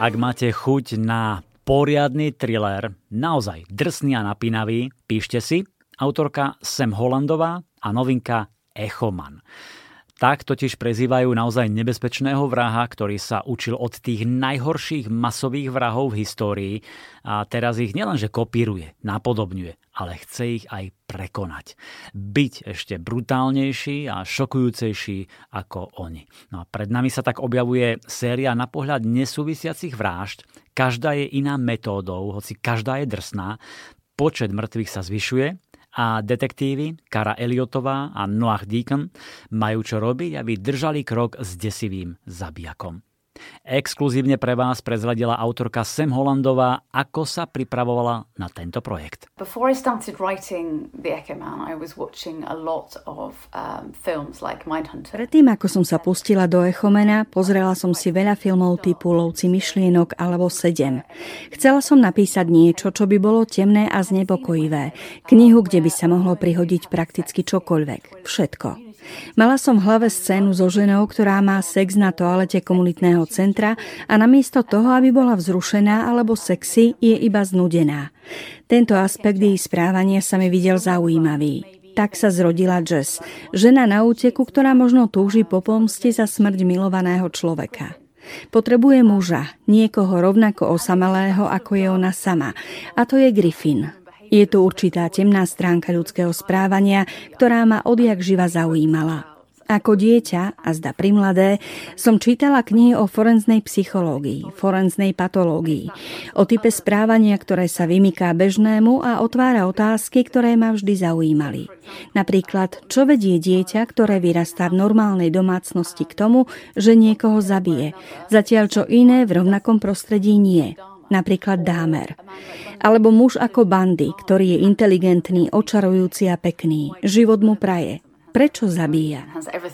Ak máte chuť na poriadny thriller, naozaj drsný a napínavý, píšte si, autorka Sam Hollandová a novinka Echoman. Tak totiž prezývajú naozaj nebezpečného vraha, ktorý sa učil od tých najhorších masových vrahov v histórii a teraz ich nielenže kopíruje, napodobňuje, ale chce ich aj prekonať. Byť ešte brutálnejší a šokujúcejší ako oni. No a pred nami sa tak objavuje séria na pohľad nesúvisiacich vražd. Každá je iná metódou, hoci každá je drsná. Počet mŕtvych sa zvyšuje a detektívy Cara Elliotová a Noah Deacon majú čo robiť, aby držali krok s desivým zabijakom. Exkluzívne pre vás prezradila autorka Sam Hollandová, ako sa pripravovala na tento projekt. Before I started writing The Echoman, I was watching a lot of films like Mindhunter. Predtým, ako som sa pustila do Echomena, pozrela som si veľa filmov typu Lovci myšlienok alebo 7. Chcela som napísať niečo, čo by bolo temné a znepokojivé. Knihu, kde by sa mohlo prihodiť prakticky čokoľvek. Všetko. Mala som v hlave scénu so ženou, ktorá má sex na toalete komunitného centra a namiesto toho, aby bola vzrušená alebo sexy, je iba znudená. Tento aspekt jej správania sa mi videl zaujímavý. Tak sa zrodila Jess, žena na úteku, ktorá možno túži po pomste za smrť milovaného človeka. Potrebuje muža, niekoho rovnako osamelého, ako je ona sama, a to je Griffin. Je to určitá temná stránka ľudského správania, ktorá ma odjak živa zaujímala. Ako dieťa, a zda primladé, som čítala knihy o forenznej psychológii, forenznej patológii, o type správania, ktoré sa vymyká bežnému a otvára otázky, ktoré ma vždy zaujímali. Napríklad, čo vedie dieťa, ktoré vyrastá v normálnej domácnosti k tomu, že niekoho zabije, zatiaľ čo iné v rovnakom prostredí nie. Napríklad Dahmer. Alebo muž ako Bundy, ktorý je inteligentný, očarujúci a pekný. Život mu praje. Prečo zabíja?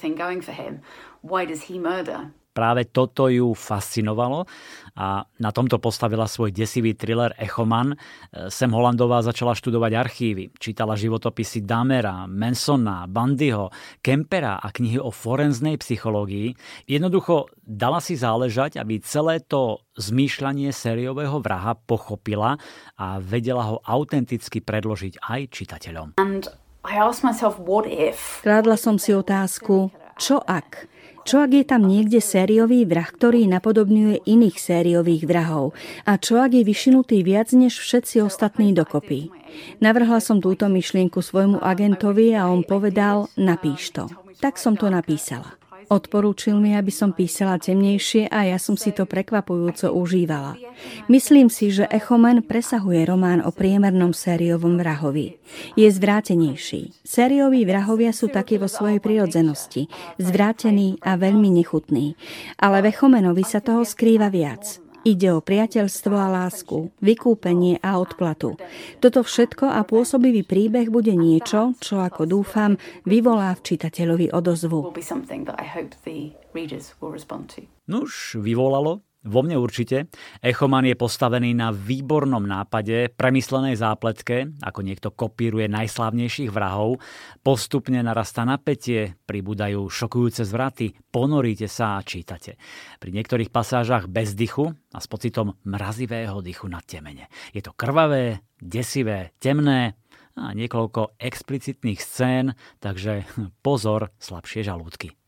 Práve toto ju fascinovalo a na tomto postavila svoj desivý thriller Echoman. Sam Hollandová začala študovať archívy, čítala životopisy Dahmera, Mansona, Bundyho, Kempera a knihy o forenznej psychológii. Jednoducho dala si záležať, aby celé to zmýšľanie sériového vraha pochopila a vedela ho autenticky predložiť aj čitateľom. Kládla som si otázku, čo ak? Čo ak je tam niekde sériový vrah, ktorý napodobňuje iných sériových vrahov? A čo ak je vyšinutý viac než všetci ostatní dokopy? Navrhla som túto myšlienku svojmu agentovi a on povedal, napíš to. Tak som to napísala. Odporúčil mi, aby som písala temnejšie a ja som si to prekvapujúco užívala. Myslím si, že Echoman presahuje román o priemernom sériovom vrahovi. Je zvrátenejší. Sérioví vrahovia sú takí vo svojej prirodzenosti, zvrátení a veľmi nechutní. Ale v Echomanovi sa toho skrýva viac. Ide o priateľstvo a lásku, vykúpenie a odplatu. Toto všetko a pôsobivý príbeh bude niečo, čo, ako dúfam, vyvolá v čitateľovi odozvu. Nuž, vyvolalo. Vo mne určite. Echoman je postavený na výbornom nápade, premyslenej zápletke, ako niekto kopíruje najslávnejších vrahov. Postupne narastá napätie, pribúdajú šokujúce zvraty, ponoríte sa a čítate. Pri niektorých pasážach bez dychu a s pocitom mrazivého dychu na temene. Je to krvavé, desivé, temné a niekoľko explicitných scén, takže pozor, slabšie žalúdky.